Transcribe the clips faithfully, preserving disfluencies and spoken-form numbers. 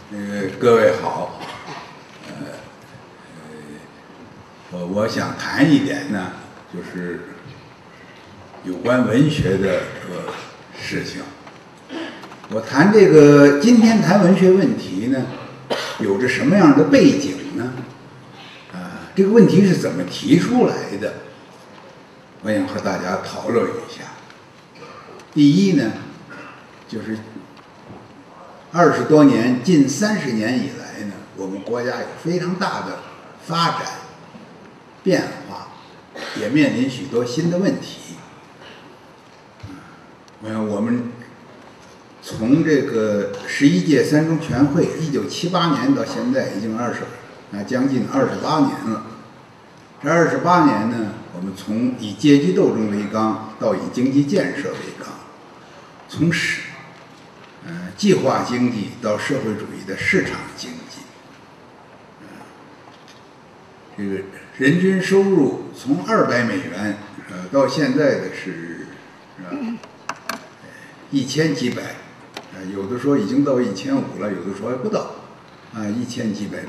呃，各位好，呃，呃，我想谈一点呢，就是有关文学的呃事情。我谈这个，今天谈文学问题呢，有着什么样的背景呢？啊，这个问题是怎么提出来的？我想和大家讨论一下。第一呢，就是二十多年、近三十年以来呢，我们国家有非常大的发展变化，也面临许多新的问题。我想我们从这个十一届三中全会，一九七八年到现在已经二十啊将近二十八年了。这二十八年呢，我们从以阶级斗争为纲到以经济建设为纲，从市呃计划经济到社会主义的市场经济，呃、这个人均收入从二百美元呃到现在的是呃一千几百，呃有的说已经到一千五了，有的说还不到啊一千几百美元。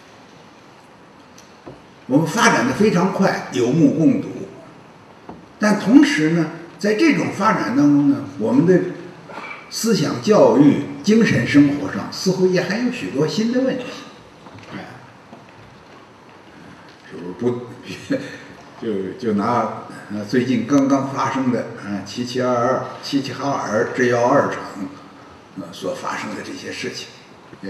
我们发展的非常快，有目共睹。但同时呢，在这种发展当中呢，我们的思想教育、精神生活上似乎也还有许多新的问题。哎，就是不，就就拿呃最近刚刚发生的啊齐齐哈尔齐齐哈尔制药二厂呃所发生的这些事情，哎，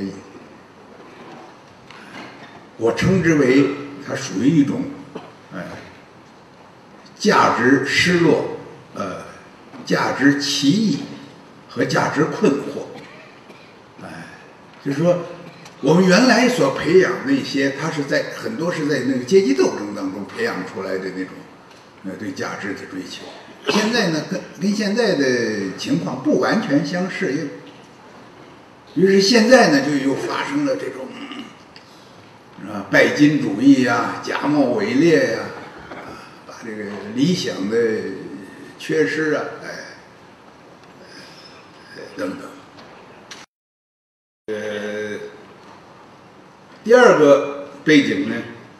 我称之为它属于一种，哎，价值失落，呃，价值歧义和价值困惑，哎，就是说，我们原来所培养那些，它是在很多是在那个阶级斗争当中培养出来的那种，呃，对价值的追求。现在呢，跟跟现在的情况不完全相适应，于是现在呢，就又发生了这种。啊，拜金主义呀、啊，假冒伪劣呀、啊，啊，把这个理想的缺失啊，哎，哎等等。呃，第二个背景呢，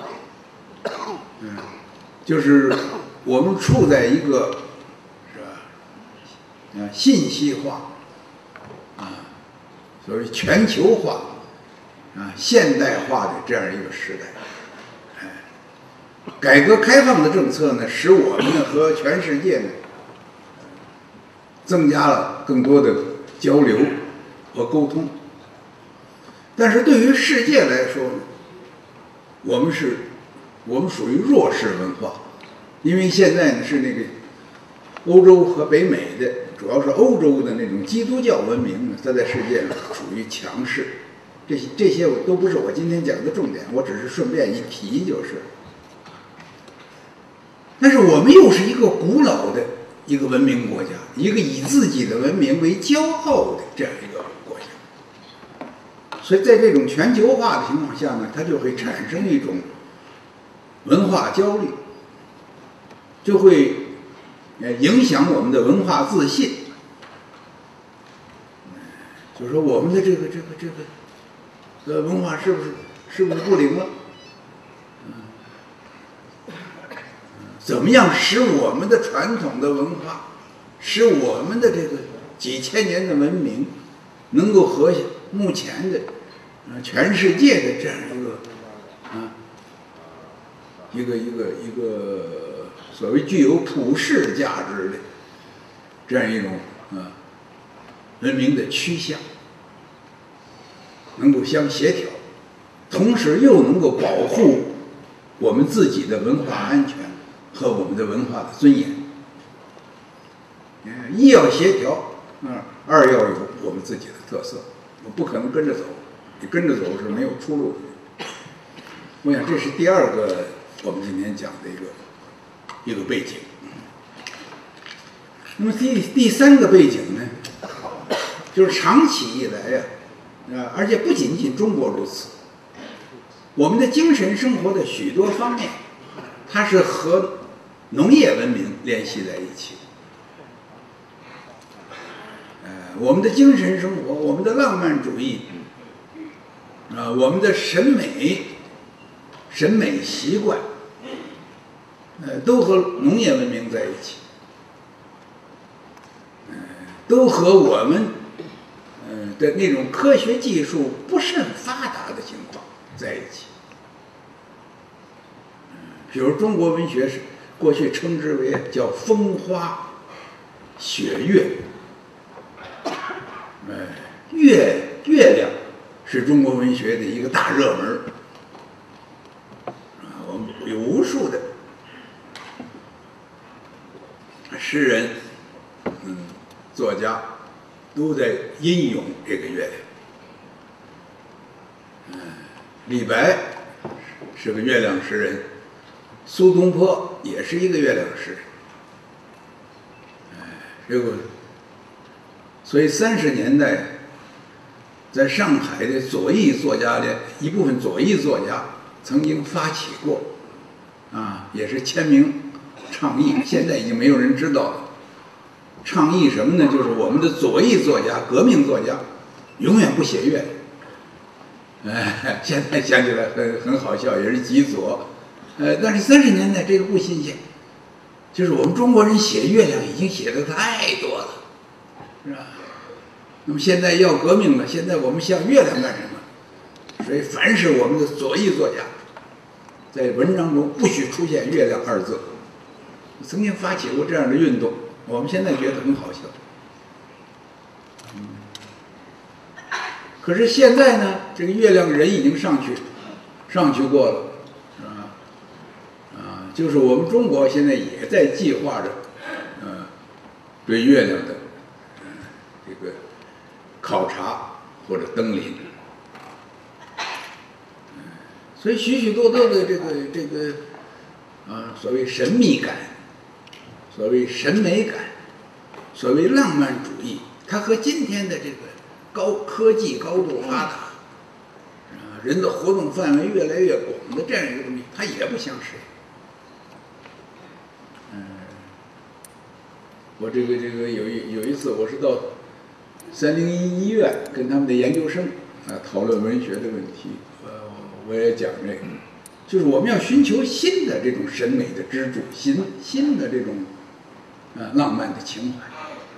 嗯，就是我们处在一个是吧，啊，信息化，啊，所谓全球化。啊，现代化的这样一个时代，哎，改革开放的政策呢，使我们呢和全世界呢增加了更多的交流和沟通。但是对于世界来说，我们是，我们属于弱势文化，因为现在呢是那个欧洲和北美的，主要是欧洲的那种基督教文明呢，它在世界上处于强势。这些这些都不是我今天讲的重点，我只是顺便一提就是。但是我们又是一个古老的一个文明国家，一个以自己的文明为骄傲的这样一个国家，所以在这种全球化的情况下呢，它就会产生一种文化焦虑，就会影响我们的文化自信。就是说我们的这个这个这个。呃，文化是不是是不是不灵了？嗯，怎么样使我们的传统的文化，使我们的这个几千年的文明，能够和目前的呃全世界的这样一个啊一个一个一个所谓具有普世价值的这样一种啊文明的趋向。能够相协调，同时又能够保护我们自己的文化安全和我们的文化的尊严。一要协调，嗯，二要有我们自己的特色，我不可能跟着走，你跟着走是没有出路的。我想这是第二个我们今天讲的一个一个背景。那么第第三个背景呢，就是长期以来呀、啊。呃，而且不仅仅中国如此，我们的精神生活的许多方面，它是和农业文明联系在一起。呃，我们的精神生活，我们的浪漫主义， 啊，我们的审美、审美习惯，呃，都和农业文明在一起，呃，都和我们呃的那种科学技术不甚发达的情况在一起。比如中国文学是过去称之为叫风花雪月，呃，月月亮是中国文学的一个大热门啊，我们有无数的诗人、嗯，作家都在吟咏这个月亮。嗯，李白是个月亮诗人，苏东坡也是一个月亮诗人。哎，这个，所以三十年代，在上海的左翼作家的一部分左翼作家曾经发起过，啊，也是签名倡议，现在已经没有人知道了。倡议什么呢？就是我们的左翼作家、革命作家永远不写月亮。哎，现在想起来很很好笑，也是极左。呃，但是三十年代这个不新鲜，就是我们中国人写月亮已经写的太多了，是吧？那么现在要革命了，现在我们向月亮干什么？所以凡是我们的左翼作家，在文章中不许出现月亮二字。曾经发起过这样的运动，我们现在觉得很好笑。嗯，可是现在呢，这个月亮人已经上去，上去过了，是吧？啊，就是我们中国现在也在计划着，呃，对月亮的，呃，这个考察或者登临。所以许许多多的这个这个啊，所谓神秘感，所谓审美感，所谓浪漫主义，它和今天的这个高科技高度发达，啊，人的活动范围越来越广的这样一个东西，它也不相识。嗯，我这个这个有一有一次，我是到三零一医院跟他们的研究生啊讨论文学的问题，呃，我也讲这个，就是我们要寻求新的这种审美的支柱，新新的这种呃浪漫的情怀。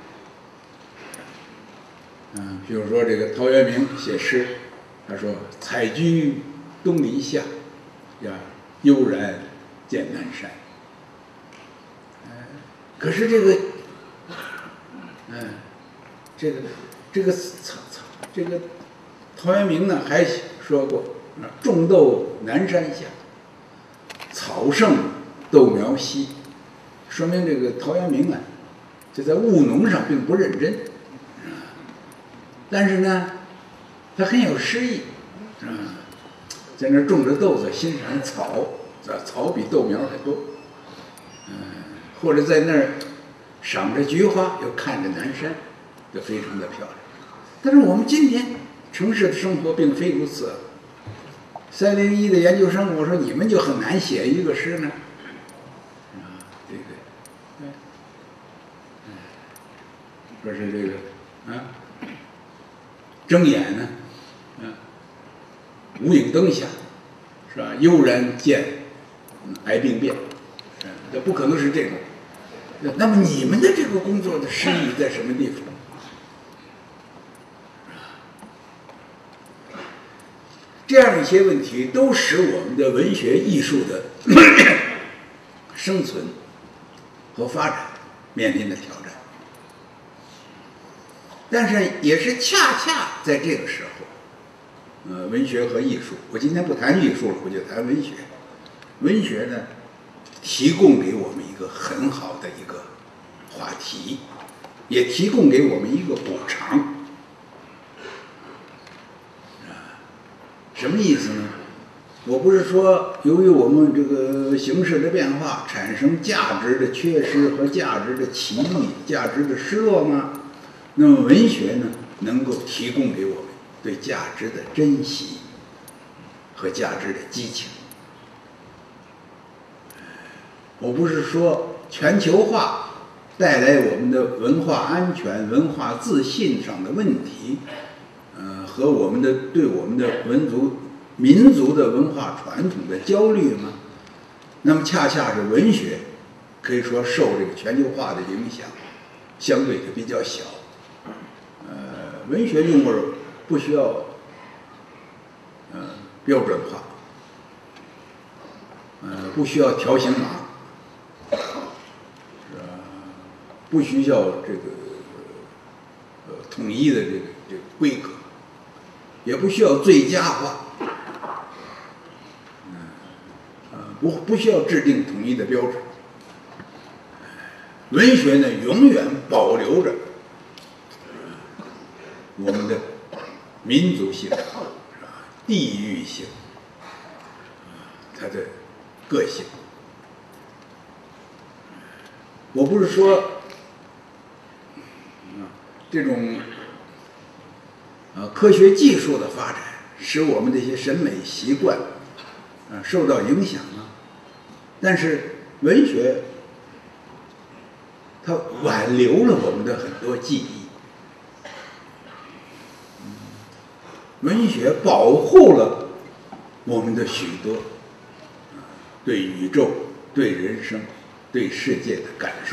嗯，比如说这个陶渊明写诗，他说“采菊东篱下，呀，悠然见南山”。嗯，可是这个，嗯，这个这个草草这个陶渊明呢还说过，种豆南山下，草盛豆苗稀，说明这个陶渊明啊，就在务农上并不认真。但是呢，他很有诗意，啊，在那种着豆子，欣赏草，草比豆苗还多，嗯，或者在那儿赏着菊花，又看着南山，就非常的漂亮。但是我们今天城市的生活并非如此。三零一的研究生，我说你们就很难写一个诗呢，啊，这个，嗯，说是这个，啊。睁眼呢，嗯，无影灯下，是吧？悠然见哀病变，嗯，这不可能是这种。那么你们的这个工作的诗意在什么地方？这样一些问题都使我们的文学艺术的生存和发展面临的挑战。但是也是恰恰在这个时候，呃，文学和艺术，我今天不谈艺术了，我就谈文学。文学呢，提供给我们一个很好的一个话题，也提供给我们一个补偿。啊，什么意思呢？我不是说由于我们这个形势的变化，产生价值的缺失和价值的歧义、价值的失落吗？那么文学呢，能够提供给我们对价值的珍惜和价值的激情。我不是说全球化带来我们的文化安全、文化自信上的问题，呃， 和我们的对我们的文族民族的文化传统的焦虑吗？那么恰恰是文学，可以说受这个全球化的影响，相对的比较小。呃，文学用味不需要呃标准化，呃，不需要条形码，是吧？不需要这个呃统一的这个这个规格，也不需要最佳化，嗯、呃，不不需要制定统一的标准。文学呢，永远保留着我们的民族性、地域性，它的个性。我不是说，这种呃科学技术的发展使我们这些审美习惯啊受到影响了，但是文学它挽留了我们的很多记忆。文学保护了我们的许多对宇宙、对人生、对世界的感受。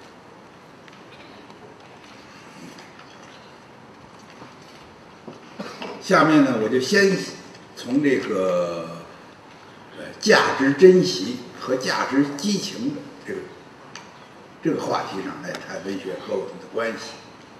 下面呢，我就先从这个呃价值珍惜和价值激情的这个这个话题上来谈文学和我们的关系。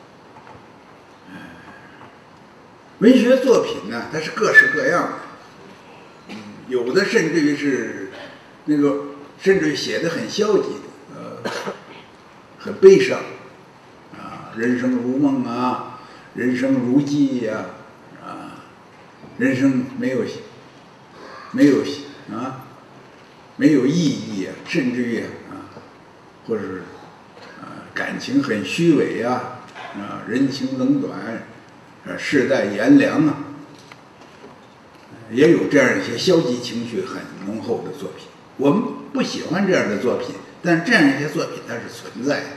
文学作品呢，它是各式各样的，嗯，有的甚至于是那个，甚至于写的很消极，呃，很悲伤，啊，人生如梦啊，人生如寄呀，啊，人生没有没有啊，没有意义啊，甚至于啊，或者是啊，感情很虚伪呀，啊，人情冷暖。呃，世代炎凉啊，也有这样一些消极情绪很浓厚的作品。我们不喜欢这样的作品，但是这样一些作品它是存在的。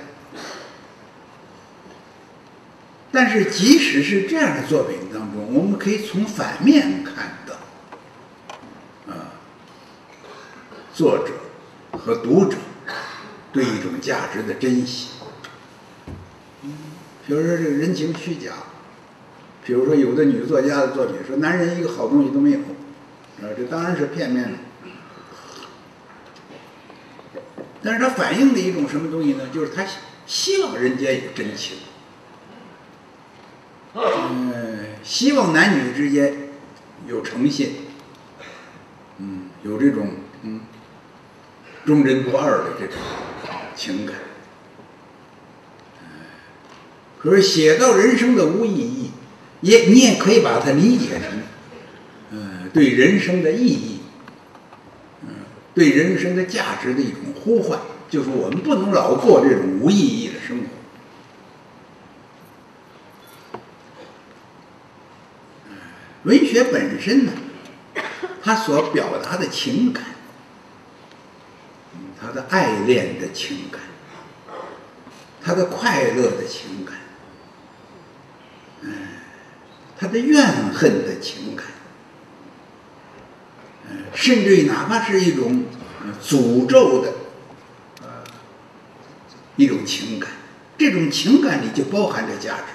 但是即使是这样的作品当中，我们可以从反面看到，啊，作者和读者对一种价值的珍惜。比如说这个人情虚假。比如说，有的女作家的作品说，男人一个好东西都没有，啊，这当然是片面的。但是它反映的一种什么东西呢？就是他希望人间有真情，嗯，希望男女之间有诚信，嗯，有这种嗯忠贞不二的这种情感。可是写到人生的无意义。也，你也可以把它理解成，呃，对人生的意义，嗯、呃，对人生的价值的一种呼唤，就是我们不能老过这种无意义的生活。文学本身呢，它所表达的情感，它的爱恋的情感，它的快乐的情感。他的怨恨的情感，呃，甚至于哪怕是一种、呃、诅咒的、呃、一种情感，这种情感里就包含着价值。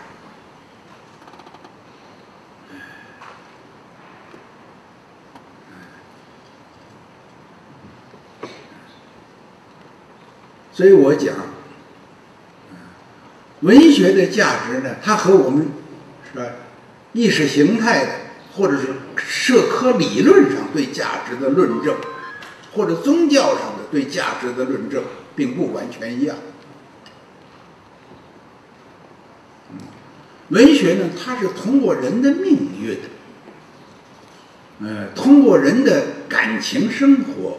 所以我讲，文学的价值呢，它和我们是吧？意识形态的，或者是社科理论上对价值的论证，或者宗教上的对价值的论证，并不完全一样。嗯，文学呢，它是通过人的命运，呃，通过人的感情生活，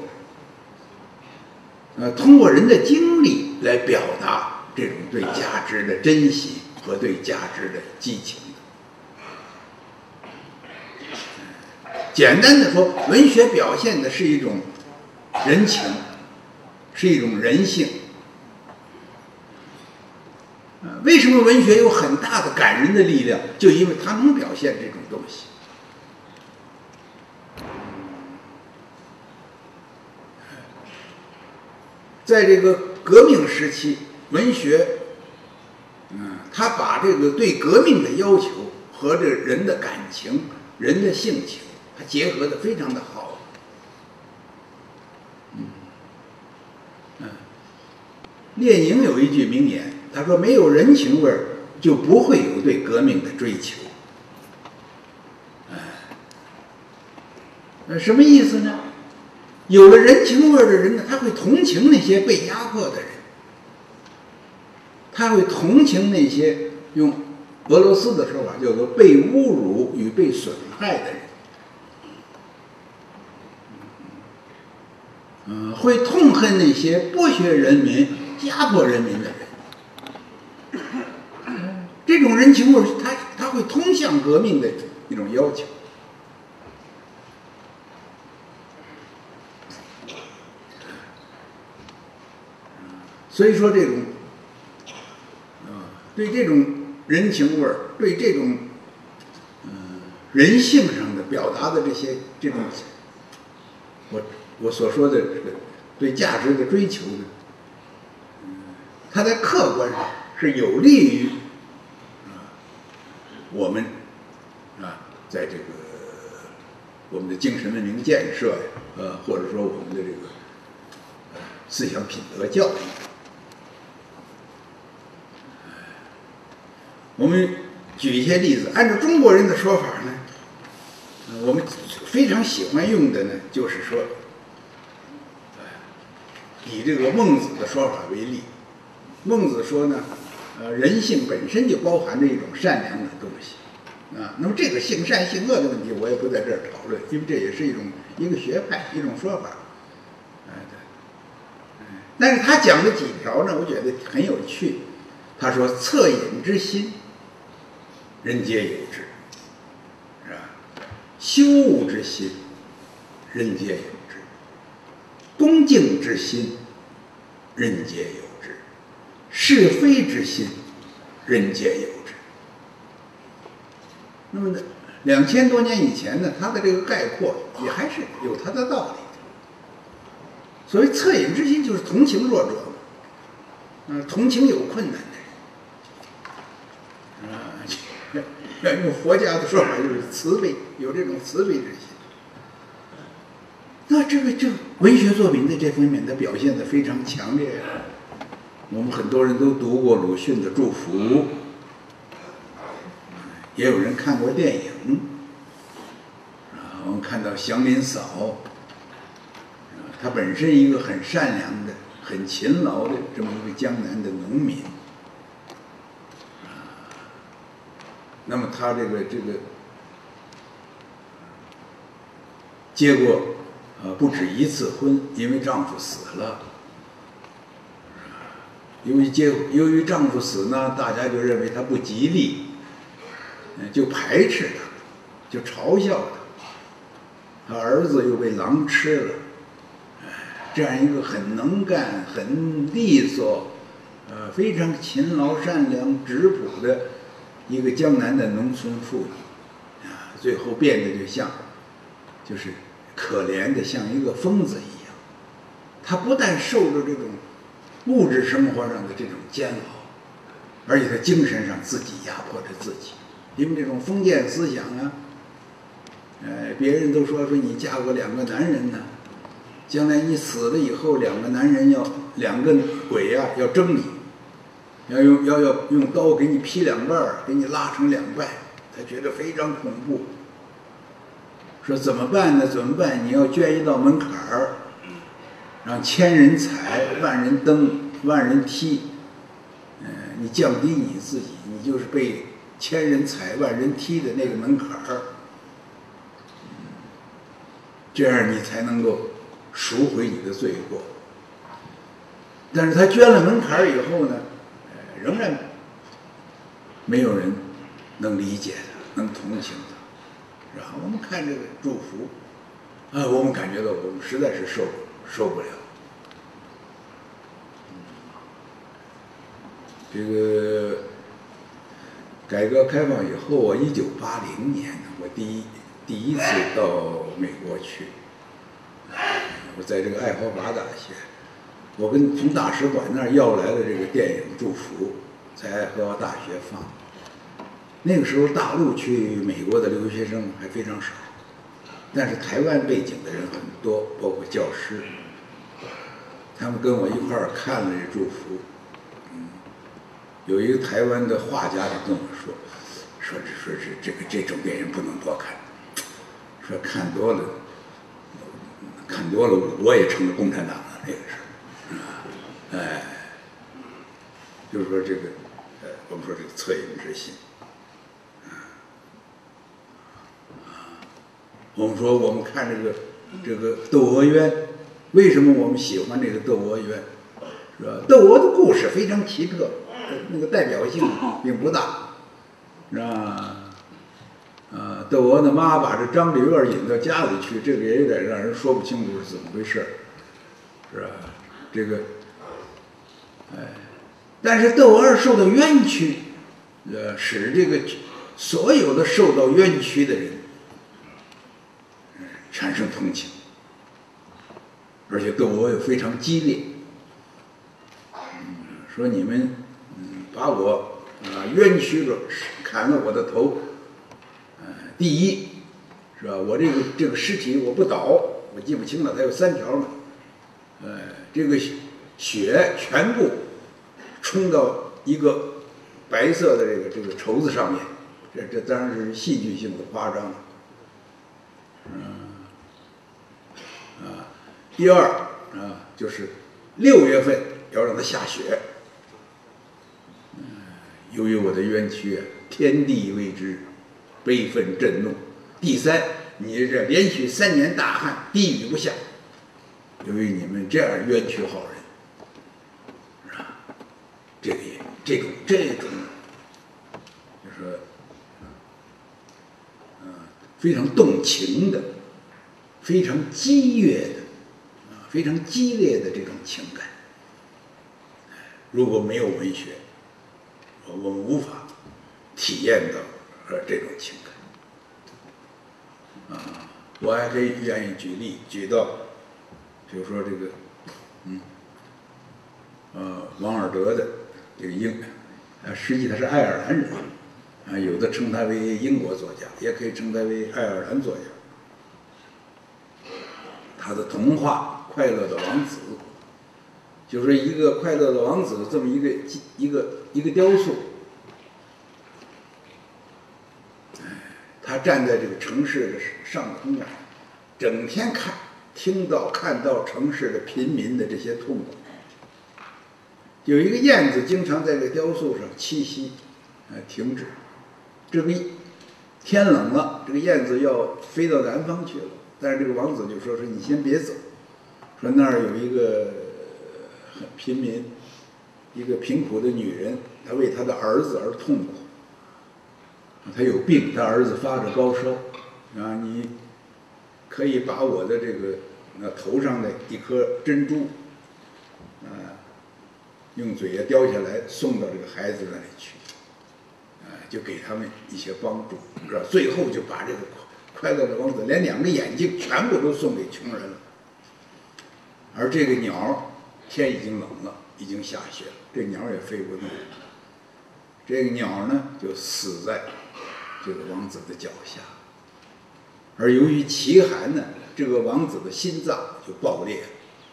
呃，通过人的经历来表达这种对价值的珍惜和对价值的激情。简单的说，文学表现的是一种人情，是一种人性。呃， 为什么文学有很大的感人的力量？就因为它能表现这种东西。在这个革命时期，文学，嗯，他把这个对革命的要求和这人的感情、人的性情，它结合的非常的好。嗯，嗯，列宁有一句名言，他说：“没有人情味儿，就不会有对革命的追求。”哎，那什么意思呢？有了人情味儿的人呢，他会同情那些被压迫的人，他会同情那些用俄罗斯的说法叫做被侮辱与被损害的人，嗯、呃，会痛恨那些剥削人民、压迫人民的人。这种人情味儿，他他会通向革命的一种要求。所以说，这种，啊，对这种人情味儿，对这种，嗯、呃，人性上的表达的这些这种，我我所说的这个对价值的追求的，嗯，它在客观上是有利于，啊，我们，啊，在这个我们的精神文明建设呀，呃，或者说我们的这个，呃，思想品德教育。我们举一些例子，按照中国人的说法呢，我们非常喜欢用的呢，就是说，以这个孟子的说法为例，孟子说呢，呃，人性本身就包含着一种善良的东西，啊，那么这个性善性恶的问题，我也不在这儿讨论，因为这也是一种一个学派一种说法，哎，对，但是他讲的几条呢，我觉得很有趣。他说：“恻隐之心，人皆有之，是吧？羞恶之心，人皆有之；恭敬之心，人皆有之；是非之心，人皆有之。”那么呢，两千多年以前呢，他的这个概括也还是有他的道理的。所谓恻隐之心，就是同情弱者嘛，嗯、呃，同情有困难的。啊，要用佛家的说法，就是慈悲，有这种慈悲之心。那这个这个文学作品在这方面，它表现得非常强烈。我们很多人都读过鲁迅的《祝福》，也有人看过电影。啊，我们看到祥林嫂，她本身一个很善良的、很勤劳的这么一个江南的农民。那么她这个这个结过呃不止一次婚，因为丈夫死了。由于结由于丈夫死呢，大家就认为她不吉利，就排斥她，就嘲笑她。她儿子又被狼吃了，这样一个很能干、很利索、呃非常勤劳、善良、质朴的一个江南的农村妇女，啊，最后变得就像，就是可怜的像一个疯子一样。她不但受着这种物质生活上的这种煎熬，而且她精神上自己压迫着自己，因为这种封建思想啊，呃，别人都说说你嫁过两个男人呢，将来你死了以后，两个男人要两个鬼呀、啊、要争你。要用要要用刀给你劈两半儿，给你拉成两半，他觉得非常恐怖。说怎么办呢？怎么办？你要捐一道门槛儿，让千人踩，万人蹬，万人踢。嗯、呃，你降低你自己，你就是被千人踩、万人踢的那个门槛儿。这样你才能够赎回你的罪过。但是他捐了门槛儿以后呢？仍然没有人能理解他，能同情他。然后我们看这个祝福，啊，我们感觉到我们实在是受受不了。这个改革开放以后，我一九八零年我第一第一次到美国去，我在这个爱荷华大学，我跟从大使馆那儿要来了这个电影祝福，在爱荷华大学放。那个时候大陆去美国的留学生还非常少，但是台湾背景的人很多，包括教师。他们跟我一块儿看了这祝福，嗯，有一个台湾的画家就跟我说，说这说是这个这种电影不能多看，说看多了，看多了我也成了共产党了，这个是，啊，哎，就是说这个，呃，我们说这个恻隐之心，啊，我们说我们看这个这个《窦娥冤》。为什么我们喜欢这个《窦娥冤》？是吧？窦娥的故事非常奇特，那个代表性并不大，是吧？啊，窦娥的妈把这张梨儿引到家里去，这个也有点让人说不清楚是怎么回事，是吧？这个，哎，但是窦娥受到冤屈，呃，使这个所有的受到冤屈的人，产生同情。而且窦娥也非常激烈，嗯，说你们，嗯，把我啊冤屈了，砍了我的头，呃，第一，是吧？我这个这个尸体我不倒，我记不清了，它有三条嘛，呃，这个血全部冲到一个白色的这个这个绸子上面，这这当然是戏剧性的夸张了，嗯。第二啊，就是六月份要让它下雪。嗯，由于我的冤屈啊，天地为之悲愤震怒。第三，你这连续三年大旱，滴雨不下，由于你们这样冤屈好人，是吧？这个也这种这种，就是说，嗯，非常动情的，非常激越的。非常激烈的这种情感，如果没有文学，我们无法体验到呃这种情感。啊，我还可以愿意举例举到，比如说这个，嗯，呃，王尔德的这个英，呃，实际他是爱尔兰人，啊，有的称他为英国作家，也可以称他为爱尔兰作家。他的童话《快乐的王子》，就是一个快乐的王子这么一个一个一个雕塑。他站在这个城市的上空啊，整天看、听到、看到城市的贫民的这些痛苦。有一个燕子经常在这个雕塑上栖息，呃，停止。这个天冷了，这个燕子要飞到南方去了。但是这个王子就说：“说你先别走，说那儿有一个很贫民，一个贫苦的女人，她为她的儿子而痛苦。她有病，她儿子发着高烧，啊，你可以把我的这个那头上的一颗珍珠，啊，用嘴也叼下来送到这个孩子那里去，啊，就给他们一些帮助，是吧？最后就把这个。”快乐的王子连两个眼睛全部都送给穷人了，而这个鸟，天已经冷了，已经下雪了，这鸟也飞不动。这个鸟呢，就死在这个王子的脚下。而由于奇寒呢，这个王子的心脏就爆裂了。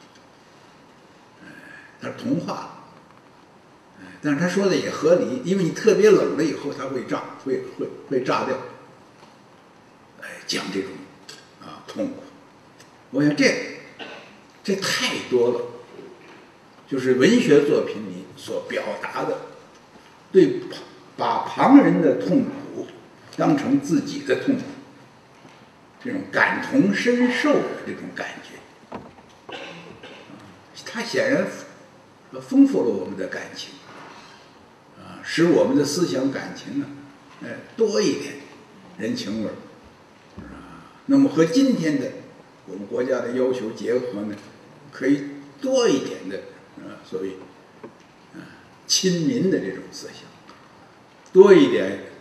他是童话，但是他说的也合理，因为你特别冷了以后，它会炸，会会会炸掉。讲这种啊痛苦，我想这这太多了，就是文学作品里所表达的，对把旁人的痛苦当成自己的痛苦，这种感同身受的这种感觉，它显然丰富了我们的感情，啊，使我们的思想感情呢，哎，多一点人情味儿。那么和今天的我们国家的要求结合呢，可以多一点的啊，所谓啊亲民的这种思想，多一点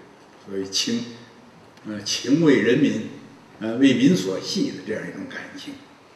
所谓情，呃，情为人民，呃，为民所系的这样一种感情。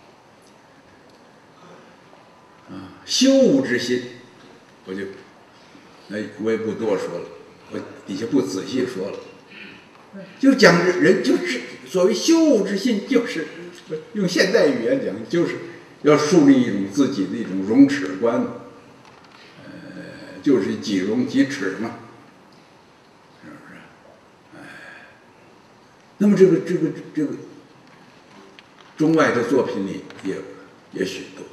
啊，羞恶之心，我就，哎，我也不多说了，我底下不仔细说了，就讲人就是所谓羞恶之心，就是用现代语言讲，就是要树立一种自己的一种容耻观，呃，就是己容己耻嘛，是不是？哎，那么这个这个这个中外的作品里也也许多。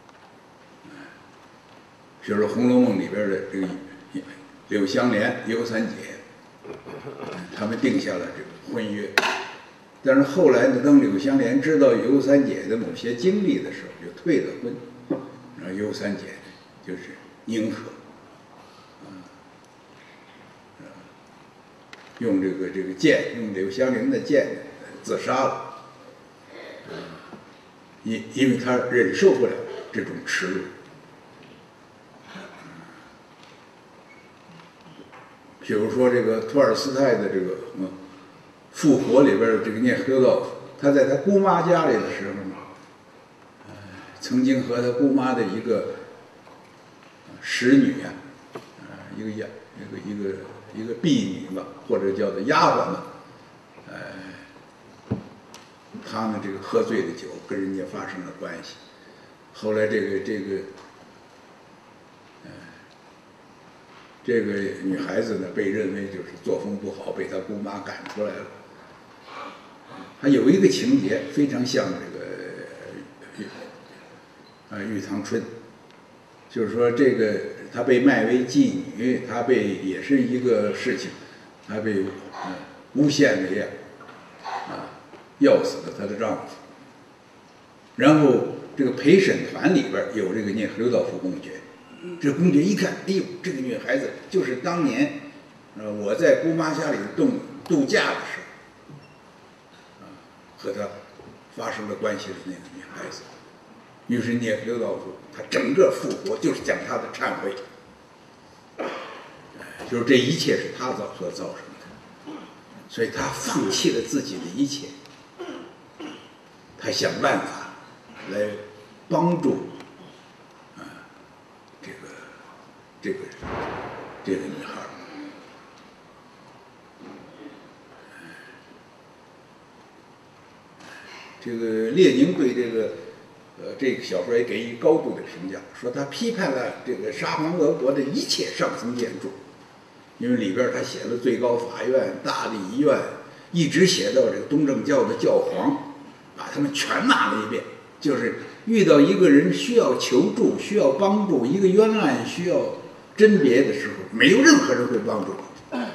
比如说《红楼梦》里边的这个柳湘莲、尤三姐，他们定下了这个婚约。但是后来呢，当柳湘莲知道尤三姐的某些经历的时候，就退了婚。然后尤三姐就是宁可，啊，用这个这个剑，用柳湘莲的剑自杀了，因因为他忍受不了这种耻辱。比如说这个托尔斯泰的这个嗯《复活》里边的这个聂赫道夫，他在他姑妈家里的时候呢，呃，曾经和他姑妈的一个使女啊，呃，一个丫一个一个一个婢女吧，或者叫做丫鬟吧，呃，他们这个喝醉的酒跟人家发生了关系，后来这个这个。这个女孩子呢，被认为就是作风不好，被她姑妈赶出来了。还有一个情节非常像这个玉啊玉堂春，就是说这个她被卖为妓女，她被也是一个事情，她被呃诬陷为啊要死了她的丈夫。然后这个陪审团里边有这个聂赫道夫公爵。这公爵一看，哎呦，这个女孩子就是当年，呃，我在姑妈家里度度假的时候，啊，和她发生了关系的那个女孩子。于是聂赫道夫他整个复活就是讲他的忏悔，就是这一切是他造所造成的，所以他放弃了自己的一切，他想办法来帮助。这个这个女孩，这个列宁对这个呃这个小说也给予高度的评价，说他批判了这个沙皇俄国的一切上层建筑，因为里边他写了最高法院、大理医院，一直写到这个东正教的教皇，把他们全骂了一遍，就是遇到一个人需要求助、需要帮助，一个冤案需要甄别的时候，没有任何人会帮助你。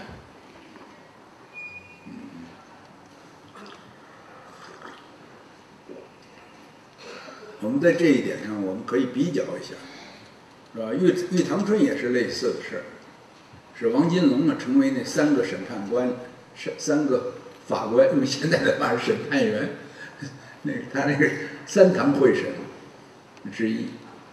我们在这一点上，我们可以比较一下，是吧？玉玉堂春也是类似的事儿，是王金龙呢成为那三个审判官，三三个法官，用现在的话是审判员，那个他那个三堂会审之一。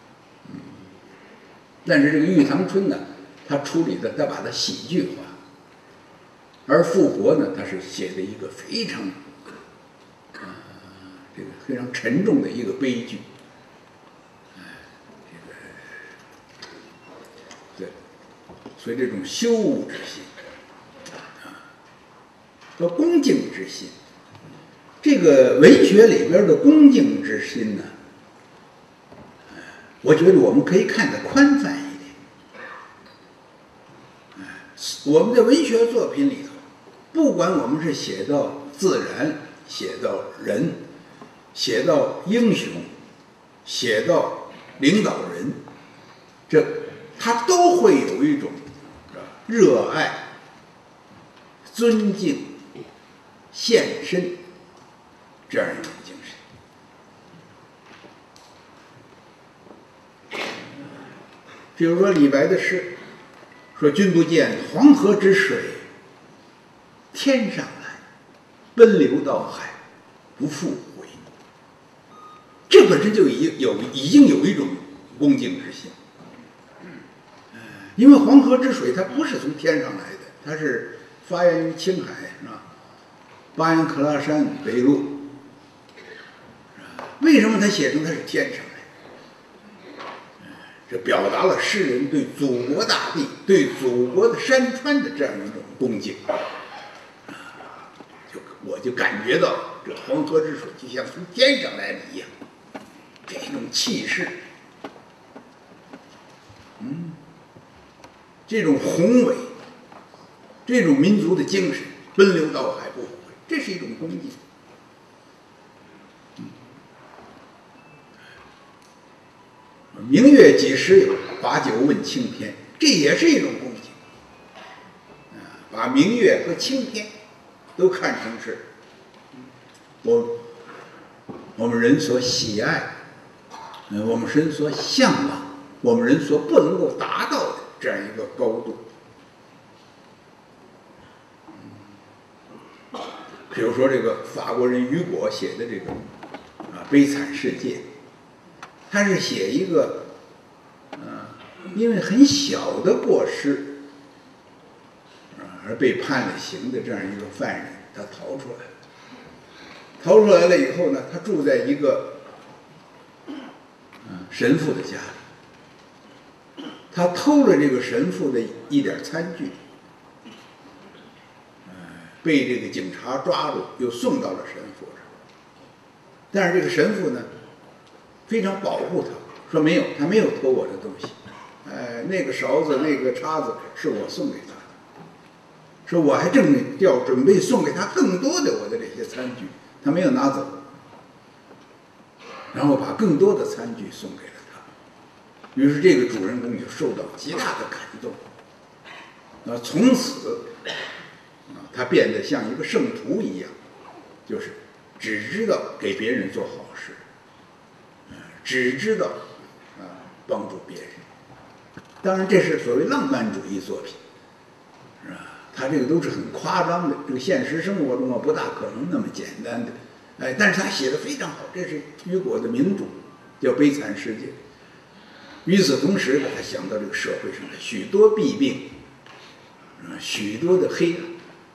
但是这个玉堂春呢，他处理的，他把它喜剧化，而复活呢，他是写的一个非常，呃，这个非常沉重的一个悲剧，哎，这个，对，所以这种羞恶之心，啊，和恭敬之心，这个文学里边的恭敬之心呢，我觉得我们可以看得宽泛一点。我们的文学作品里头，不管我们是写到自然，写到人，写到英雄，写到领导人，这他都会有一种热爱、尊敬、献身这样一种精神。比如说李白的诗，说君不见黄河之水天上来，奔流到海不复回。这本身就已有已经有一种恭敬之心，因为黄河之水它不是从天上来的，它是发源于青海是吧？巴颜克拉山北麓。为什么他写成他是天上来？这表达了诗人对祖国大地、对祖国的山川的这样一种恭敬。就我就感觉到这黄河之水就像从天上来的一样，这种气势，嗯，这种宏伟，这种民族的精神，奔流到海不后悔，这是一种恭敬。明月几时有？把酒问青天，这也是一种恭敬。啊，把明月和青天都看成是我我们人所喜爱，呃，我们人所向往，我们人所不能够达到的这样一个高度。比如说这个法国人雨果写的这个啊《悲惨世界》，他是写一个，呃，因为很小的过失，啊而被判了刑的这样一个犯人，他逃出来了。逃出来了以后呢，他住在一个，嗯，神父的家里，他偷了这个神父的一点餐具，呃，被这个警察抓住，又送到了神父这儿。但是这个神父呢，非常保护他，说没有，他没有偷我的东西，呃，那个勺子、那个叉子是我送给他的，说我还正要准备送给他更多的我的这些餐具，他没有拿走，然后把更多的餐具送给了他，于是这个主人公就受到极大的感动，啊，从此，啊，他变得像一个圣徒一样，就是只知道给别人做好事。只知道啊帮助别人，当然这是所谓浪漫主义作品，是吧？他这个都是很夸张的，这个现实生活中啊不大可能那么简单的，哎，但是他写的非常好，这是雨果的名著，叫《悲惨世界》。与此同时呢，他想到这个社会上的许多弊病，啊，许多的黑暗，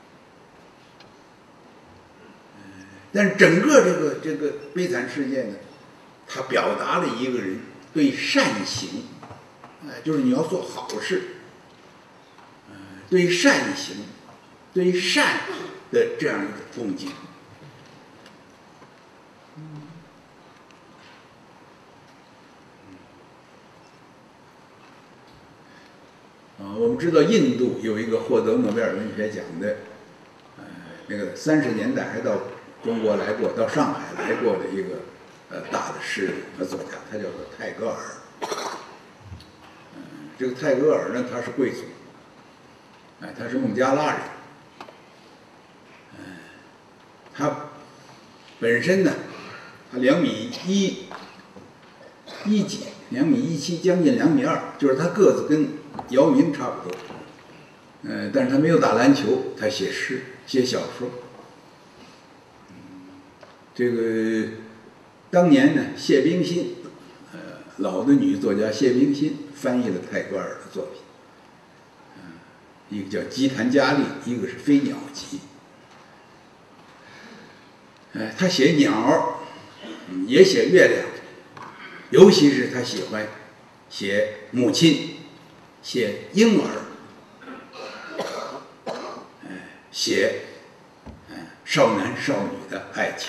但是整个这个这个悲惨世界呢，他表达了一个人对善行，哎，就是你要做好事，呃，对善行、对善的这样一个恭敬。啊，我们知道印度有一个获得诺贝尔文学奖的，呃，那个三十年代还到中国来过，到上海来过的一个。呃，大的诗人和作家，他叫做泰戈尔。嗯，这个泰戈尔呢，他是贵族，哎，他是孟加拉人。嗯，他本身呢，他两米一一几，两米一七，将近两米二，就是他个子跟姚明差不多。嗯，但是他没有打篮球，他写诗，写小说。这个。当年呢，谢冰心，呃，老的女作家谢冰心翻译了泰戈尔的作品，嗯、呃，一个叫《吉檀迦利》，一个是《飞鸟集》。哎、呃，他写鸟，嗯，也写月亮，尤其是他喜欢写母亲，写婴儿，哎、呃，写，哎、呃，少男少女的爱情。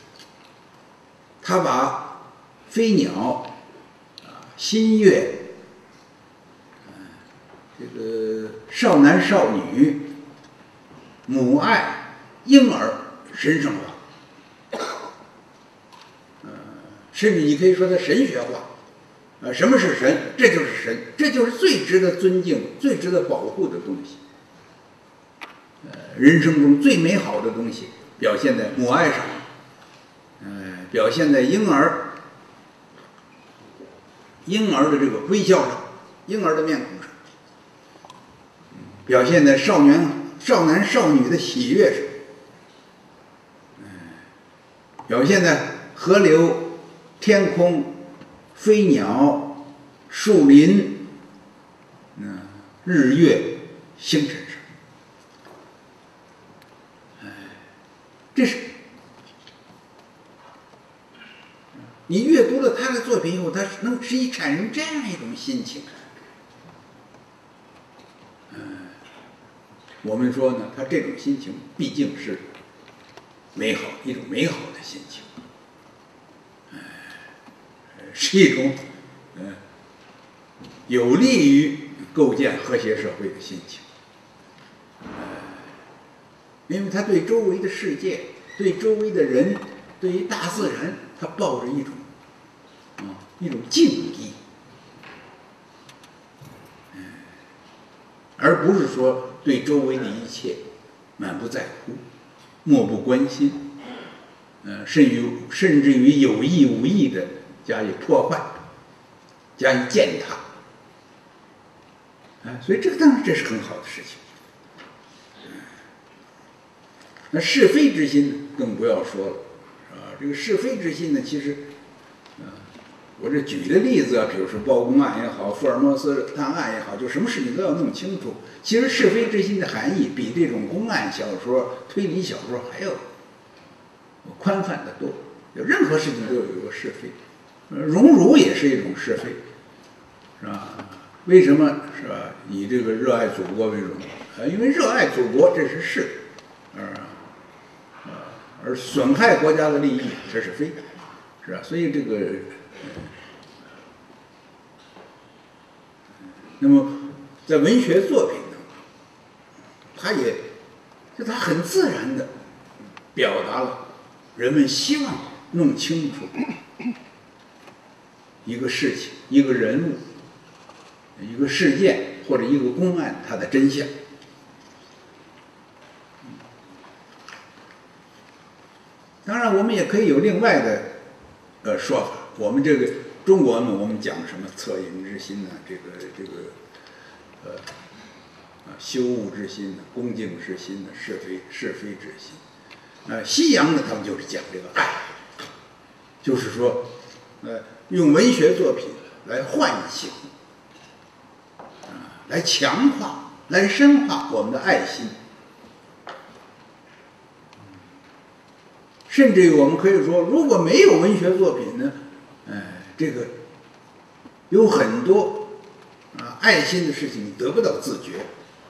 他把飞鸟、啊新月、呃、这个少男少女、母爱、婴儿神圣化，呃，甚至你可以说它神学化。呃，什么是神？这就是神，这就是最值得尊敬、最值得保护的东西。呃，人生中最美好的东西表现在母爱上。呃，表现在婴儿，婴儿的这个微笑上，婴儿的面孔上，表现在少年、少男少女的喜悦上，呃，表现在河流、天空、飞鸟、树林、嗯、日月、星辰上。 你阅读了他的作品以后，他能使你产生这样一种心情。嗯，我们说呢，他这种心情毕竟是美好，一种美好的心情，呃、是一种呃有利于构建和谐社会的心情。呃，因为他对周围的世界、对周围的人、对于大自然，他抱着一种啊一种敬意，嗯，而不是说对周围的一切满不在乎、漠不关心，呃，甚于甚至于有意无意的加以破坏、加以践踏，啊，所以这个当然这是很好的事情。那是非之心更不要说了，啊，这个是非之心呢，其实，啊，我这举的例子啊，比如说包公案也好，福尔摩斯探案也好，就什么事情都要弄清楚。其实是非之心的含义比这种公案小说、推理小说还要宽泛得多。有任何事情都有一个是非，呃，荣辱也是一种是非，是吧？为什么是吧？以这个热爱祖国为荣，呃，因为热爱祖国这是是，啊。而损害国家的利益，这是非，是吧？所以这个，那么在文学作品当中，它也就它很自然的表达了人们希望弄清楚一个事情、一个人物、一个事件或者一个公案它的真相。当然，我们也可以有另外的呃说法。我们这个中国呢，我们讲什么恻隐之心呢？这个这个呃啊羞恶之心呢，恭敬之心呢，是非是非之心。呃，西洋呢，他们就是讲这个爱，就是说，呃，用文学作品来唤醒，啊，来强化、来深化我们的爱心。甚至于我们可以说，如果没有文学作品呢，呃，这个有很多啊爱心的事情得不到自觉。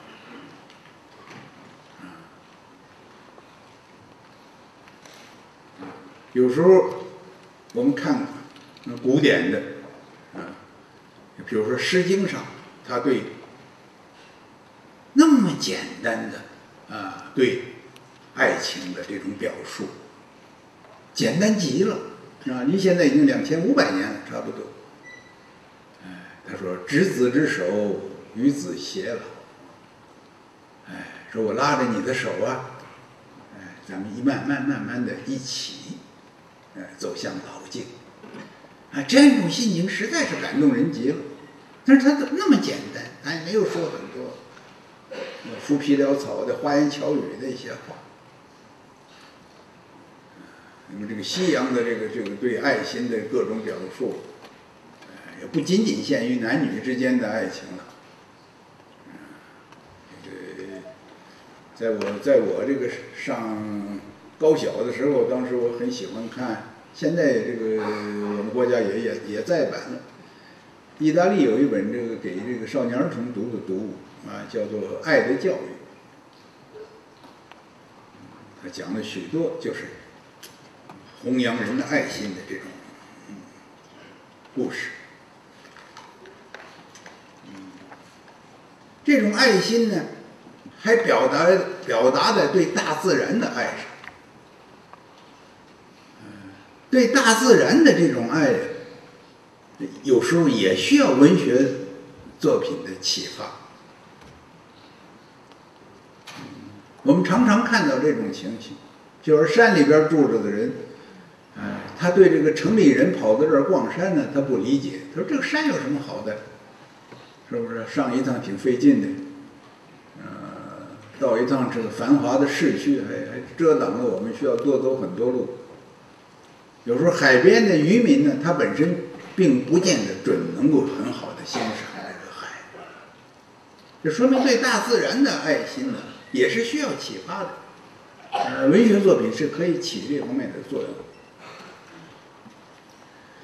有时候我们看古典的啊，比如说《诗经》上，他对那么简单的啊对爱情的这种表述。简单极了，啊！离现在已经两千五百年了，差不多。哎，他说：“执子之手，与子偕老。”哎，说我拉着你的手啊，哎，咱们一慢慢慢慢的一起，哎，走向老境。啊，这样一种心情实在是感动人极了。但是他那么简单，他也没有说很多浮皮潦草的花言巧语的一些话。那么这个西洋的这个这个对爱心的各种表述，呃，也不仅仅限于男女之间的爱情了。这个，在我在我这个上高小的时候，当时我很喜欢看，现在这个我们国家也也也再版了。意大利有一本这个给这个少年儿童读的读物啊，叫做《爱的教育》，他讲了许多就是弘扬人的爱心的这种、嗯、故事。嗯，这种爱心呢，还表达表达在对大自然的爱上。嗯，对大自然的这种爱，有时候也需要文学作品的启发。嗯，我们常常看到这种情形，就是山里边住着的人。哎，他对这个城里人跑到这儿逛山呢，他不理解。他说：“这个山有什么好的？是不是上一趟挺费劲的？呃，到一趟这个繁华的市区，还还遮挡了我们，需要多走很多路。有时候海边的渔民呢，他本身并不见得准能够很好的欣赏这个海。这说明对大自然的爱心呢，也是需要启发的。呃，文学作品是可以起这方面的作用。”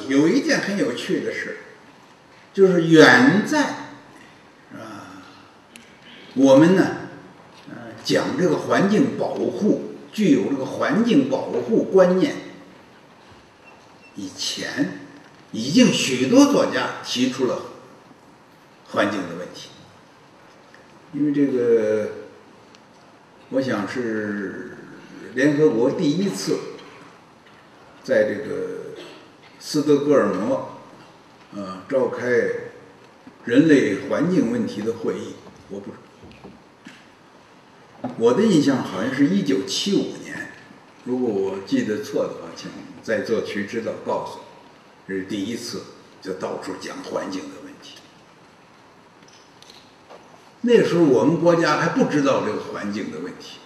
有一件很有趣的事，就是远在啊，我们呢，呃，讲这个环境保护，具有这个环境保护观念以前，已经许多作家提出了环境的问题。因为这个，我想是联合国第一次在这个斯德哥尔摩，呃，召开人类环境问题的会议。我不，我的印象好像是一九七五年，如果我记得错的话，请在座区知道告诉我，这是第一次就到处讲环境的问题。那时候我们国家还不知道这个环境的问题。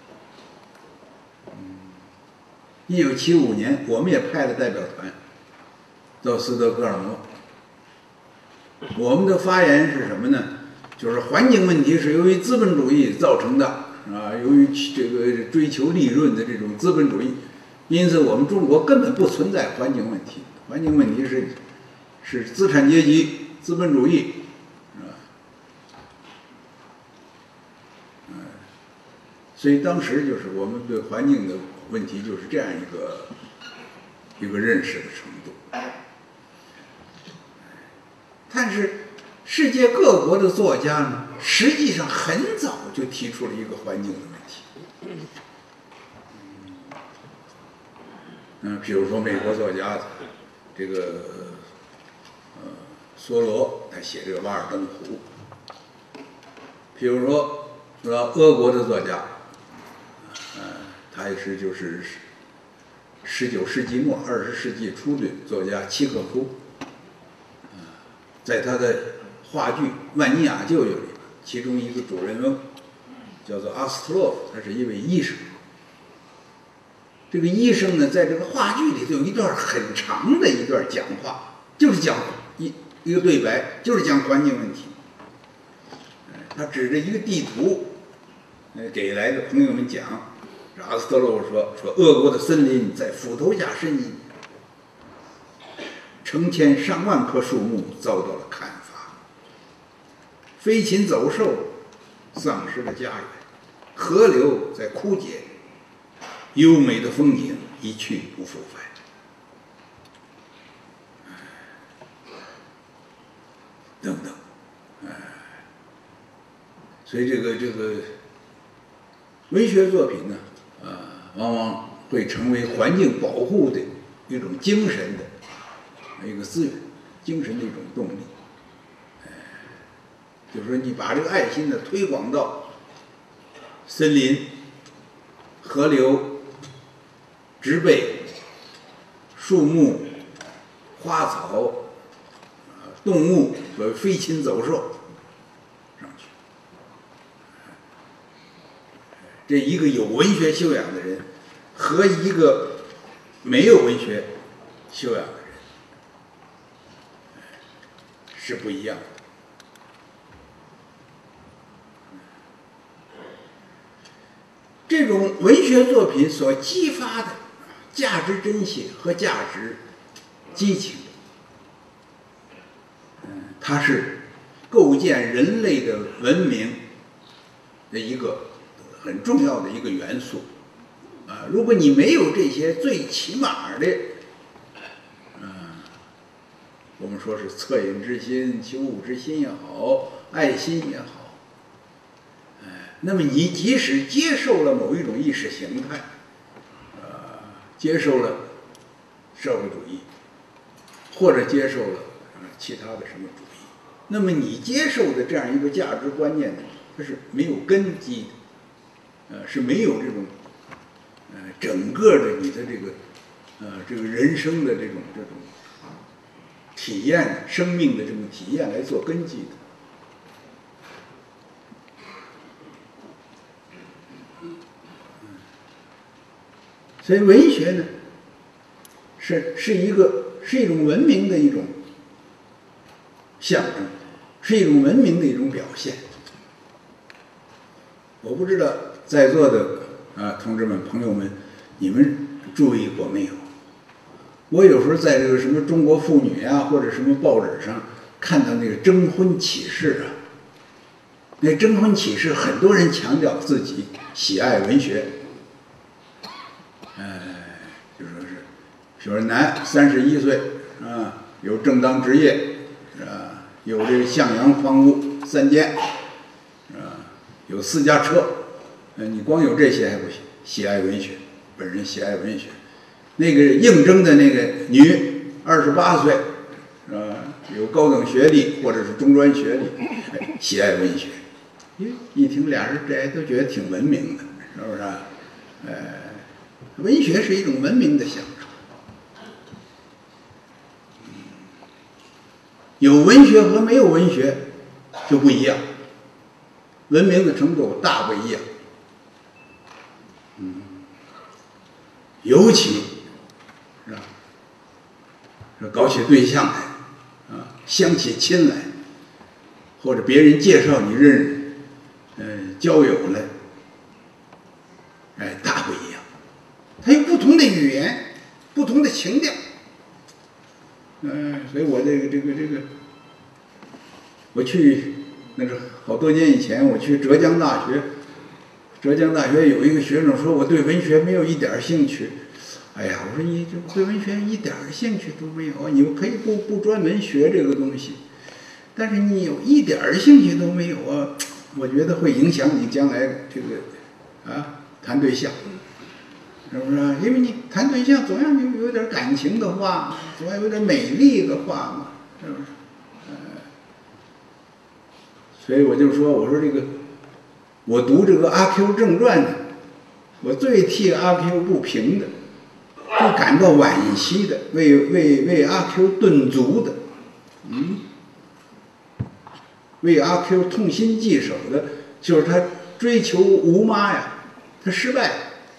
一九七五年，我们也派了代表团到斯德哥尔摩。我们的发言是什么呢？就是环境问题是由于资本主义造成的啊，由于这个追求利润的这种资本主义，因此我们中国根本不存在环境问题。环境问题是是资产阶级、资本主义。所以当时就是我们对环境的问题就是这样一个一个认识的程度。但是世界各国的作家呢，实际上很早就提出了一个环境的问题。嗯，比如说美国作家这个呃梭罗，他写这个《瓦尔登湖》；比如说说俄国的作家。呃，他也是就是十九世纪末二十世纪初的作家契诃夫，呃，在他的话剧《万尼亚舅舅》里，其中一个主人翁叫做阿斯特洛夫，他是一位医生。这个医生呢，在这个话剧里头有一段很长的一段讲话，就是讲一一个对白，就是讲环境问题。他指着一个地图，呃，给来的朋友们讲。阿斯特洛夫说：“说俄国的森林在斧头下呻吟，成千上万棵树木遭到了砍伐，飞禽走兽丧失了家园，河流在枯竭，优美的风景一去不复返。”等等，哎，所以这个这个文学作品呢？呃，往往会成为环境保护的一种精神的一个资源，精神的一种动力。呃，就是说，你把这个爱心呢推广到森林、河流、植被、树木、花草、呃、动物和飞禽走兽上去。这一个有文学修养的人和一个没有文学修养的人是不一样的。这种文学作品所激发的价值真切和价值激情，嗯，它是构建人类的文明的一个很重要的一个元素，啊，如果你没有这些最起码的，嗯，我们说是恻隐之心、求物之心也好，爱心也好，哎，那么你即使接受了某一种意识形态，呃，接受了社会主义，或者接受了其他的什么主义，那么你接受的这样一个价值观念呢，它是没有根基的。呃，是没有这种，呃，整个的你的这个，呃，这个人生的这种这种体验，生命的这种体验来做根基的。所以文学呢，是是一个是一种文明的一种象征，是一种文明的一种表现。我不知道。在座的啊，同志们、朋友们，你们注意过没有？ 我有时候在这个什么中国妇女啊，或者什么报纸上看到那个征婚启事啊，那征婚启事很多人强调自己喜爱文学，呃，就说是，比如男三十一岁啊，有正当职业啊，有这个向阳房屋三间啊，有私家车，呃，你光有这些还不行，喜爱文学，本人喜爱文学。那个应征的那个女，二十八岁，啊，有高等学历或者是中专学历，喜爱文学。一听俩人这都觉得挺文明的，是不是啊？呃，文学是一种文明的享受。有文学和没有文学就不一样，文明的程度大不一样。嗯，尤其是吧，搞起对象来，啊，相起亲来，或者别人介绍你认识，呃，交友来，哎，大不一样。它有不同的语言，不同的情调。嗯、呃，所以我这个这个这个，我去那是好多年以前，我去浙江大学，浙江大学有一个学生说我对文学没有一点兴趣。哎呀，我说你这对文学一点兴趣都没有，你可以不不专门学这个东西，但是你有一点兴趣都没有啊，我觉得会影响你将来这个啊谈对象，是不是？因为你谈对象总要有有点感情的话，总要有点美丽的话嘛，是不是？呃，所以我就说，我说这个，我读这个《阿 Q 正传》呢，我最替阿 Q 不平的。就感到惋惜的，为为为阿 Q 顿足的，嗯，为阿 Q 痛心疾首的，就是他追求吴妈呀，他失败了。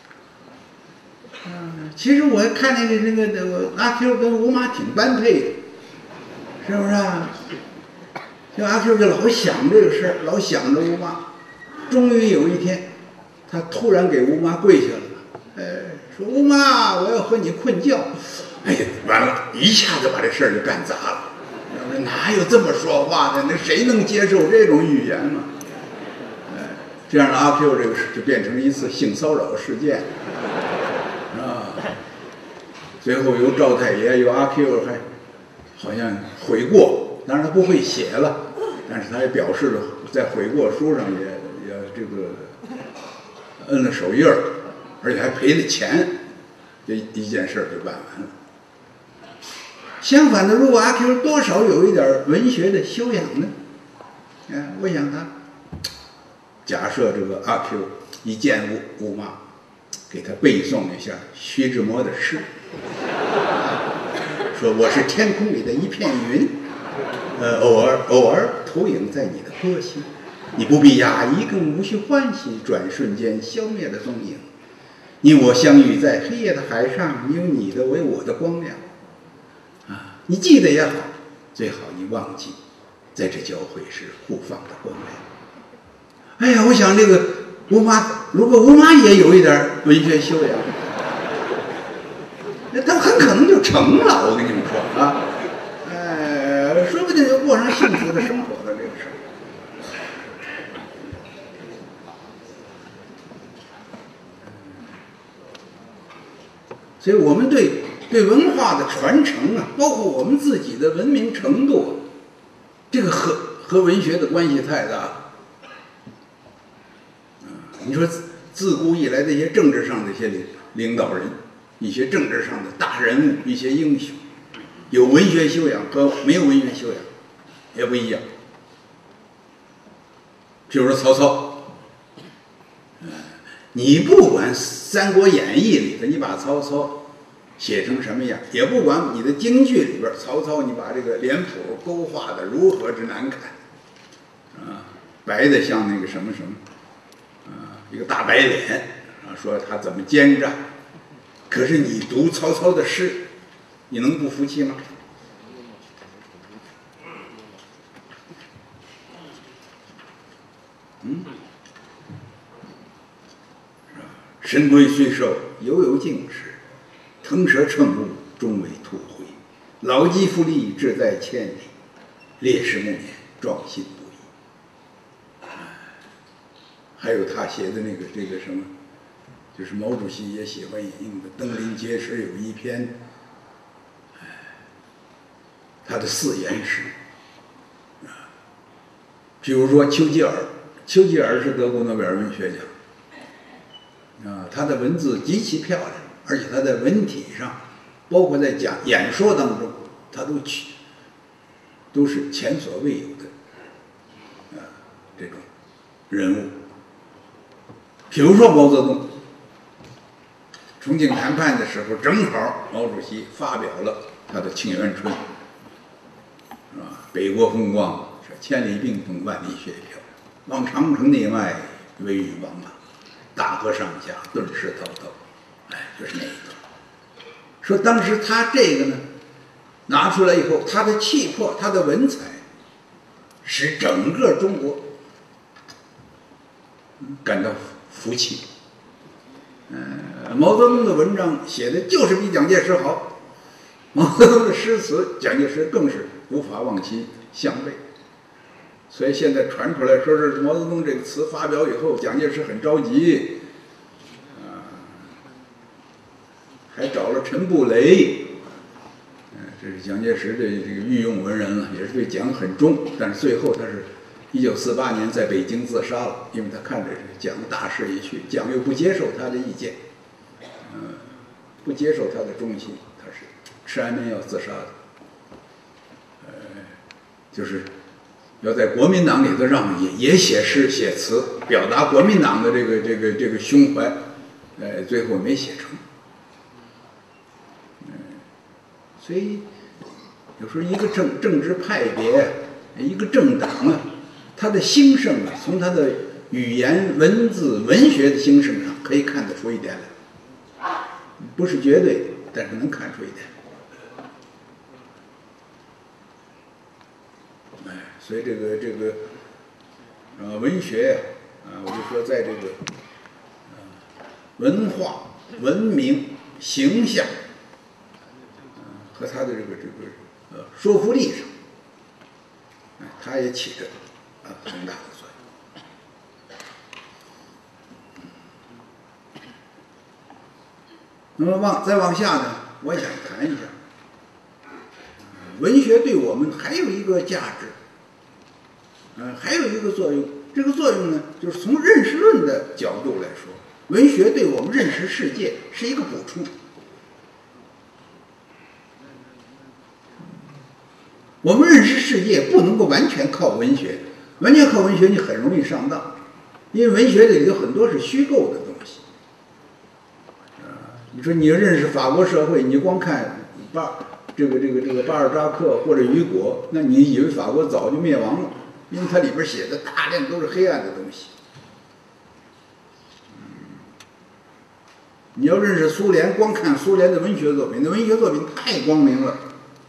嗯，其实我看那个那个那个阿 Q 跟吴妈挺般配的，是不是啊？就阿 Q 就老想这个事儿，老想着吴妈。终于有一天，他突然给吴妈跪下了，哎。说吴妈，我要和你困觉。哎呀，完了，一下子把这事儿就干砸了。哪有这么说话的？那谁能接受这种语言嘛？哎，这样的阿 Q 这个事就变成了一次性骚扰事件，啊，最后由赵太爷，由阿 Q 还好像悔过，当然他不会写了，但是他也表示了在悔过书上也也这个摁了手印儿。而且还赔了钱，这一件事就办完了。相反的，如果阿 Q 多少有一点文学的修养呢？哎，我想他，假设这个阿 Q 一见吴吴妈，给他背诵一下徐志摩的诗，说我是天空里的一片云，呃，偶尔偶尔投影在你的波心，你不必讶异，更无需欢喜，转瞬间消灭了踪影。你我相遇在黑夜的海上，你有你的，我有我的光亮，啊，你记得也好，最好你忘记，在这交汇时互放的光亮。哎呀，我想这个吴妈，如果吴妈也有一点文学修养，那她很可能就成了。我跟你们说啊，哎，说不定就过上幸福的生活了。这个事儿。所以我们对对文化的传承啊，包括我们自己的文明程度，这个和和文学的关系太大了。你说自古以来这些政治上的一些领领导人，一些政治上的大人物，一些英雄，有文学修养和没有文学修养也不一样。譬如说曹操，你不管《三国演义》里头，你把曹操写成什么样，也不管你的京剧里边曹操，你把这个脸谱勾画的如何之难看，啊，白的像那个什么什么，啊，一个大白脸，啊，说他怎么奸诈。可是你读曹操的诗，你能不服气吗？嗯。神龟虽寿，犹有竟时；腾蛇乘雾， 终为土灰。老骥伏枥，志在千里；烈士暮年，壮心不已。还有他写的那个这个什么，就是毛主席也喜欢引用的《登临碣石》有一篇，他的四言诗。比如说丘吉尔，丘吉尔是得过诺贝尔文学奖。啊，他的文字极其漂亮，而且他在文体上，包括在讲演说当中，他都去都是前所未有的啊这种人物。比如说毛泽东，重庆谈判的时候，正好毛主席发表了他的《沁园春》，是吧？北国风光，是千里冰封，万里雪飘，望长城内外，微雨茫茫。大河上下，顿时滔滔，哎，就是那一段。说当时他这个呢，拿出来以后，他的气魄，他的文采，使整个中国感到服气。嗯、呃，毛泽东的文章写的就是比蒋介石好，毛泽东的诗词，蒋介石更是无法望其项背。所以现在传出来说是毛泽东这个词发表以后，蒋介石很着急，啊，还找了陈布雷，嗯、呃，这是蒋介石的这个御用文人了，也是对蒋很忠，但是最后他是一九四八年在北京自杀了，因为他看着蒋大势已去，蒋又不接受他的意见，嗯、呃，不接受他的忠心，他是吃安眠药自杀的，呃，就是。要在国民党里头让也也写诗写词，表达国民党的这个这个这个胸怀，呃，最后没写成。嗯，所以有时候一个政政治派别，一个政党啊，它的兴盛啊，从它的语言、文字、文学的兴盛上可以看得出一点来，不是绝对的，但是能看出一点。所以这个这个，呃，文学啊，我就说在这个，呃，文化、文明、形象，呃，和它的这个这个呃说服力上，哎、呃，它也起着啊很大的作用。那么往再往下呢，我想谈一下，文学对我们还有一个价值。呃，还有一个作用，这个作用呢，就是从认识论的角度来说，文学对我们认识世界是一个补充。我们认识世界不能够完全靠文学，完全靠文学你很容易上当，因为文学里有很多是虚构的东西。啊，你说你要认识法国社会，你光看巴这个这个这个巴尔扎克或者雨果，那你以为法国早就灭亡了？因为它里边写的大量都是黑暗的东西。你要认识苏联，光看苏联的文学作品，那文学作品太光明了。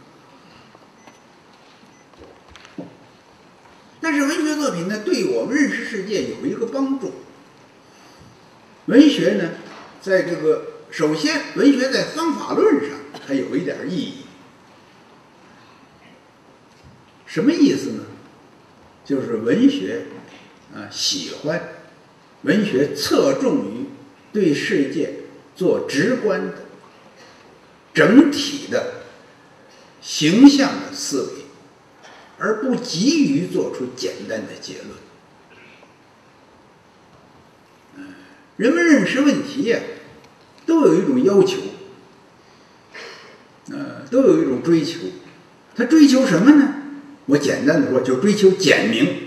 但是文学作品呢，对我们认识世界有一个帮助。文学呢，在这个首先，文学在方法论上它有一点意义。什么意思呢？就是文学啊，喜欢文学侧重于对世界做直观的、整体的、形象的思维，而不急于做出简单的结论。嗯，人们认识问题呀、啊，都有一种要求，呃，都有一种追求。他追求什么呢？我简单的说，就追求简明。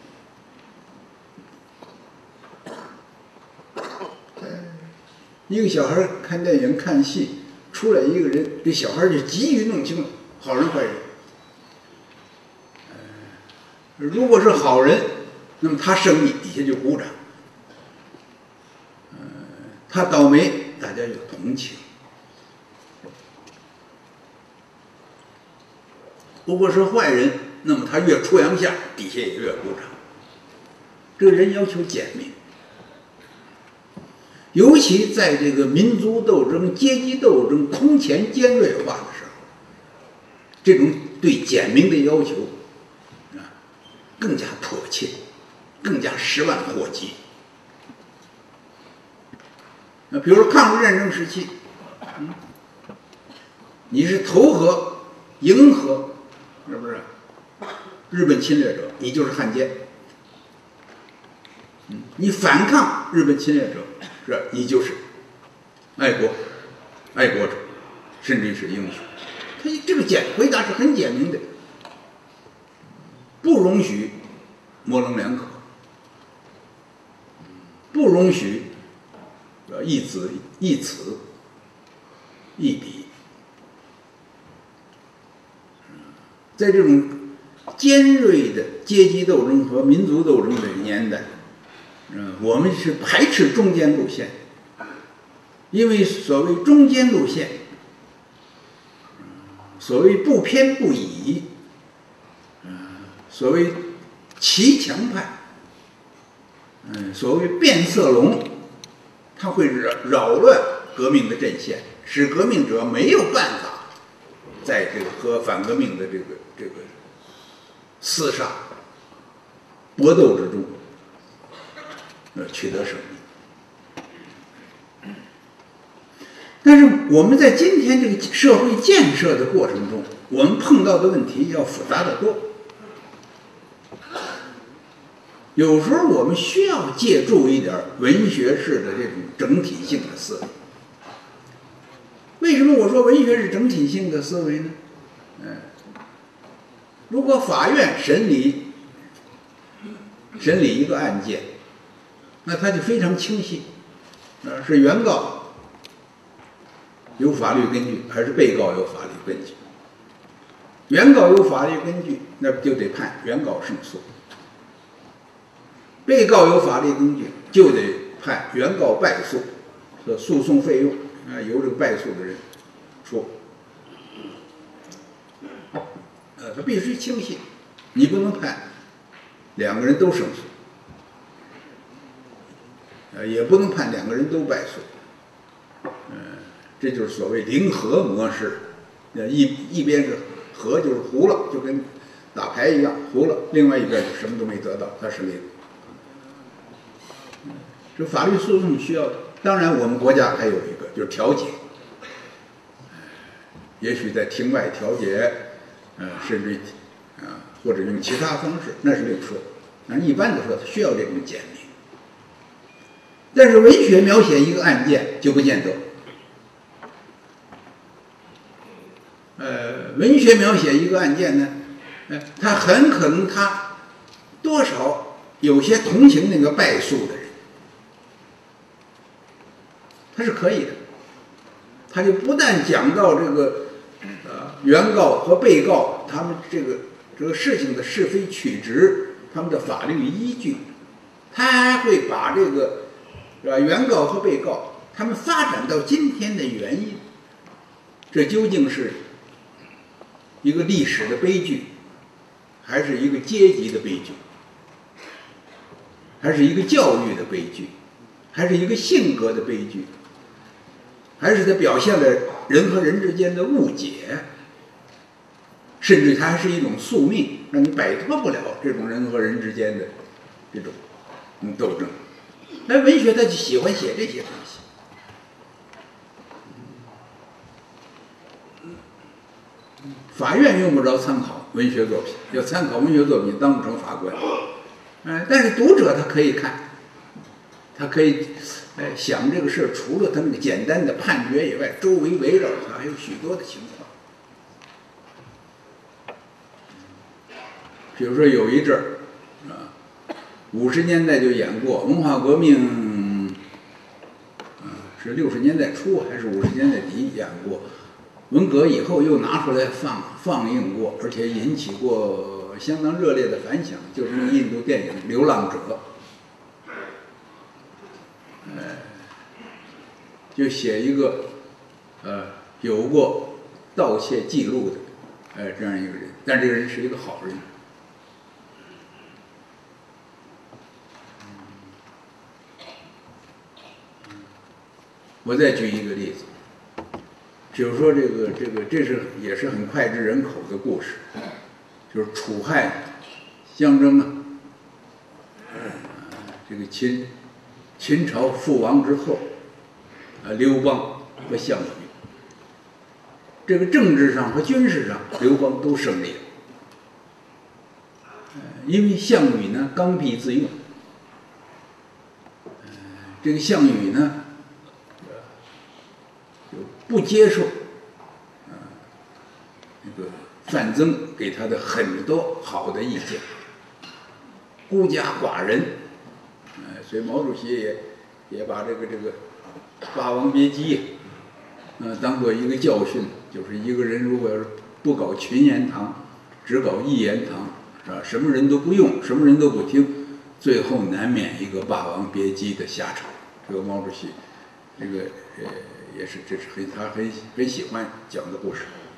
一个小孩看电影看戏，出来一个人，这小孩就急于弄清楚好人坏人。如果是好人，那么他胜利，底下就鼓掌；呃，他倒霉，大家有同情。如果是坏人，那么他越出洋相，底下也越鼓掌。这个人要求简明。 尤其在这个民族斗争、阶级斗争空前尖锐化的时候，这种对简明的要求啊，更加迫切，更加十万火急。那比如说抗日战争时期，嗯，你是投和、迎合，是不是？日本侵略者，你就是汉奸；嗯，你反抗日本侵略者，是你就是爱国、爱国者，甚至是英雄。他这个简回答是很简明的，不容许模棱两可，不容许呃一子一词一笔。在这种尖锐的阶级斗争和民族斗争的年代，嗯，我们是排斥中间路线，因为所谓中间路线，所谓不偏不倚，嗯，所谓骑墙派，嗯，所谓变色龙，它会扰扰乱革命的阵线，使革命者没有办法在这个和反革命的这个这个厮杀搏斗之中，呃，取得胜利。但是我们在今天这个社会建设的过程中，我们碰到的问题要复杂得多。有时候我们需要借助一点文学式的这种整体性的思维。为什么我说文学是整体性的思维呢？嗯，如果法院审理审理一个案件，那它就非常清晰，呃，是原告有法律根据，还是被告有法律根据？原告有法律根据，那就得判原告胜诉；被告有法律根据，就得判原告败诉，说诉讼费用啊由这个败诉的人出。呃，它必须清晰，你不能判两个人都胜诉，呃，也不能判两个人都败诉。嗯、呃，这就是所谓零和模式，呃，一一边是和就是糊了，就跟打牌一样糊了，另外一边就什么都没得到，它是零。这法律诉讼需要，当然我们国家还有一个就是调解，也许在庭外调解，呃，甚至啊、呃、或者用其他方式，那是另说。那一般的说，它需要这种简明。但是文学描写一个案件就不见得。呃，文学描写一个案件呢，呃，它很可能它多少有些同情那个败诉的人，它是可以的。他就不但讲到这个呃原告和被告他们这个这个事情的是非曲直，他们的法律依据，他还会把这个是吧原告和被告他们发展到今天的原因，这究竟是一个历史的悲剧，还是一个阶级的悲剧，还是一个教育的悲剧，还是一个性格的悲剧，还是它表现了人和人之间的误解，甚至它还是一种宿命，让你摆脱不了这种人和人之间的这种嗯斗争。那文学它就喜欢写这些东西。法院用不着参考文学作品，要参考文学作品当不成法官。嗯，但是读者他可以看，他可以哎想这个事儿，除了他那个简单的判决以外，周围围绕着他还有许多的情况。比如说有一阵儿啊，五十年代就演过文化革命，啊是六十年代初还是五十年代底演过。文革以后又拿出来放放映过，而且引起过相当热烈的反响，就是那个印度电影《流浪者》。呃，就写一个呃有过盗窃记录的呃这样一个人，但这个人是一个好人。 我再举一个例子，比如说这个这个这是也是很脍炙人口的故事，就是楚汉相争啊，这个秦秦朝覆亡之后，啊，刘邦和项羽，这个政治上和军事上，刘邦都胜利了。因为项羽呢刚愎自用，这个项羽呢就不接受啊这个范增给他的很多好的意见，孤家寡人，呃，所以毛主席也也把这个这个《霸王别姬》呃当做一个教训，就是一个人如果要是不搞群言堂，只搞一言堂。是吧？什么人都不用，什么人都不听，最后难免一个霸王别姬的下场。这个毛主席，这个呃也是这是很他很很喜欢讲的故事。